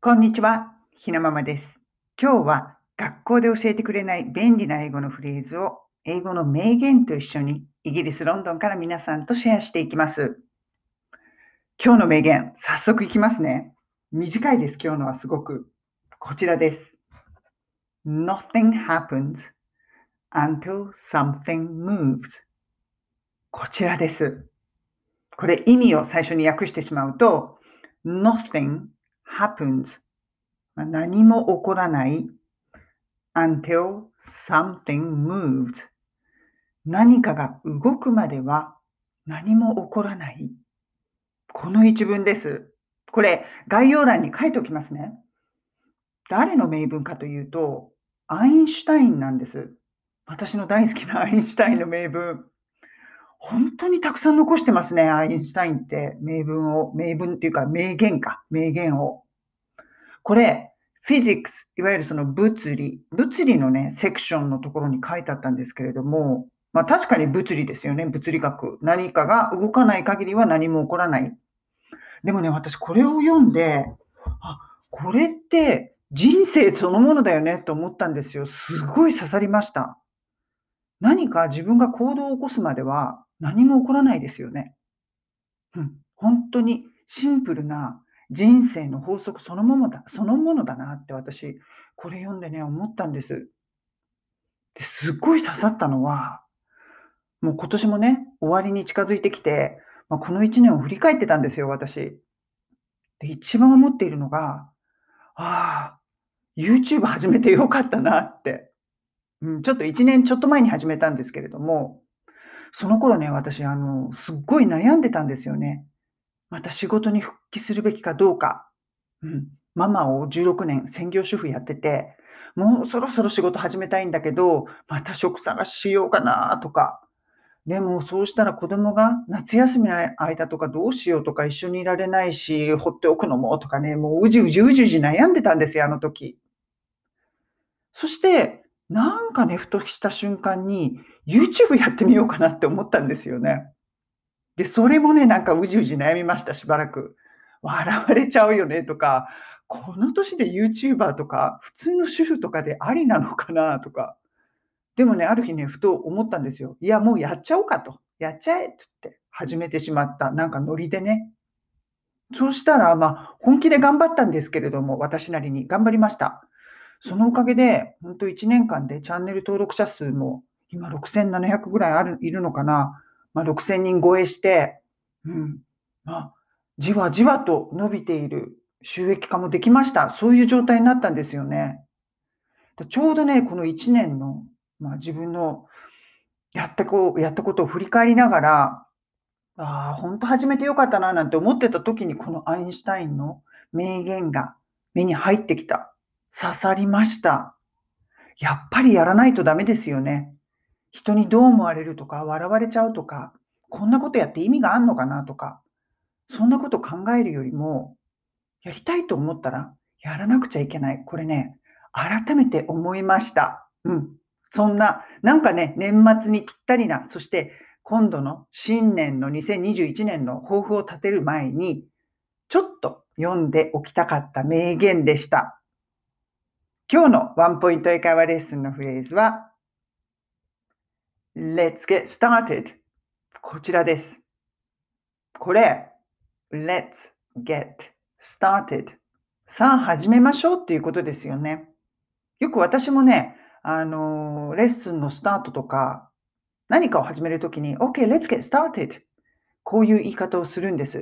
こんにちは、ひなままです。今日は学校で教えてくれない便利な英語のフレーズを英語の名言と一緒にイギリス・ロンドンから皆さんとシェアしていきます。今日の名言、早速いきますね。短いです、今日のはすごく。こちらです。Nothing happens until something moves. こちらです。これ意味を最初に訳してしまうと、Nothing happens. 何も起こらない until something moves. 何かが動くまでは何も起こらない。この一文です。これ、概要欄に書いておきますね。誰の名文かというと、アインシュタインなんです。私の大好きなアインシュタインの名文。本当にたくさん残してますね、アインシュタインって名文を。名文っていうか名言か、名言を。これ、フィジックス、いわゆるその物理のね、セクションのところに書いてあったんですけれども、確かに物理ですよね、物理学。何かが動かない限りは何も起こらない。でもね、私これを読んで、あ、これって人生そのものだよねと思ったんですよ。すごい刺さりました。何か自分が行動を起こすまでは何も起こらないですよね。本当にシンプルな人生の法則そのものだなって私、これ読んでね、思ったんです。で、すっごい刺さったのは、もう今年もね、終わりに近づいてきて、この1年を振り返ってたんですよ、私。で、一番思っているのが、ああ、YouTube 始めてよかったなって。ちょっと1年ちょっと前に始めたんですけれども、その頃ね、私すっごい悩んでたんですよね。また仕事に復帰するべきかどうか。ママを16年専業主婦やってて、もうそろそろ仕事始めたいんだけど、また職探ししようかなとか。でもそうしたら子供が夏休みの間とかどうしようとか一緒にいられないし、放っておくのもとかね、もううじうじ悩んでたんですよ、あの時。そして、なんかね、ふとした瞬間に YouTube やってみようかなって思ったんですよね。で、それもね、なんかうじうじ悩みました、しばらく。笑われちゃうよねとか、この年でユーチューバーとか、普通の主婦とかでありなのかなとか。でもね、ある日ね、ふと思ったんですよ。いや、もうやっちゃおうかと。やっちゃえって言って始めてしまった。なんかノリでね。そうしたら、本気で頑張ったんですけれども、私なりに頑張りました。そのおかげで、ほんと1年間でチャンネル登録者数も今6700ぐらいいるのかな。6000人超えして、うん、じわじわと伸びている収益化もできました。そういう状態になったんですよね。ちょうどね、この1年の、自分のやったことを振り返りながら、本当始めてよかったななんて思ってた時に、このアインシュタインの名言が目に入ってきた。刺さりました。やっぱりやらないとダメですよね。人にどう思われるとか、笑われちゃうとか、こんなことやって意味があんのかなとか、そんなこと考えるよりも、やりたいと思ったらやらなくちゃいけない。これね、改めて思いました。そんな、なんかね、年末にぴったりな、そして今度の新年の2021年の抱負を立てる前に、ちょっと読んでおきたかった名言でした。今日のワンポイント英会話レッスンのフレーズは、Let's get started. こちらです。これ、Let's get started. さあ始めましょうっていうことですよね。よく私もね、レッスンのスタートとか、何かを始めるときに、OK, let's get started. こういう言い方をするんです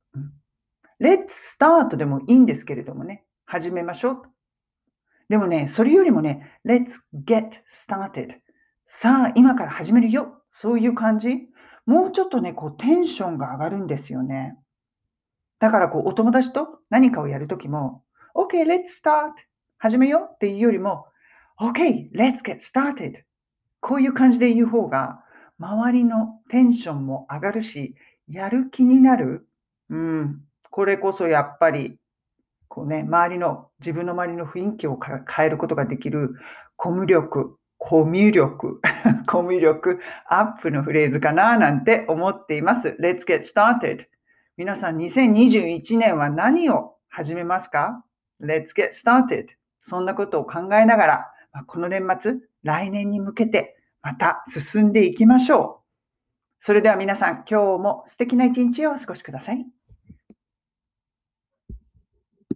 。Let's start でもいいんですけれどもね、始めましょう。でもね、それよりもね、Let's get started. さあ、今から始めるよ。そういう感じ。もうちょっとね、テンションが上がるんですよね。だからお友達と何かをやるときも、OK, let's start. 始めようっていうよりも、OK, let's get started. こういう感じで言う方が、周りのテンションも上がるし、やる気になる。これこそやっぱり、自分の周りの雰囲気を変えることができるコミュ力、コミュ力アップのフレーズかななんて思っています。Let's get started. 皆さん、2021年は何を始めますか？ Let's get started! そんなことを考えながら、この年末、来年に向けてまた進んでいきましょう。それでは皆さん、今日も素敵な一日をお過ごしください。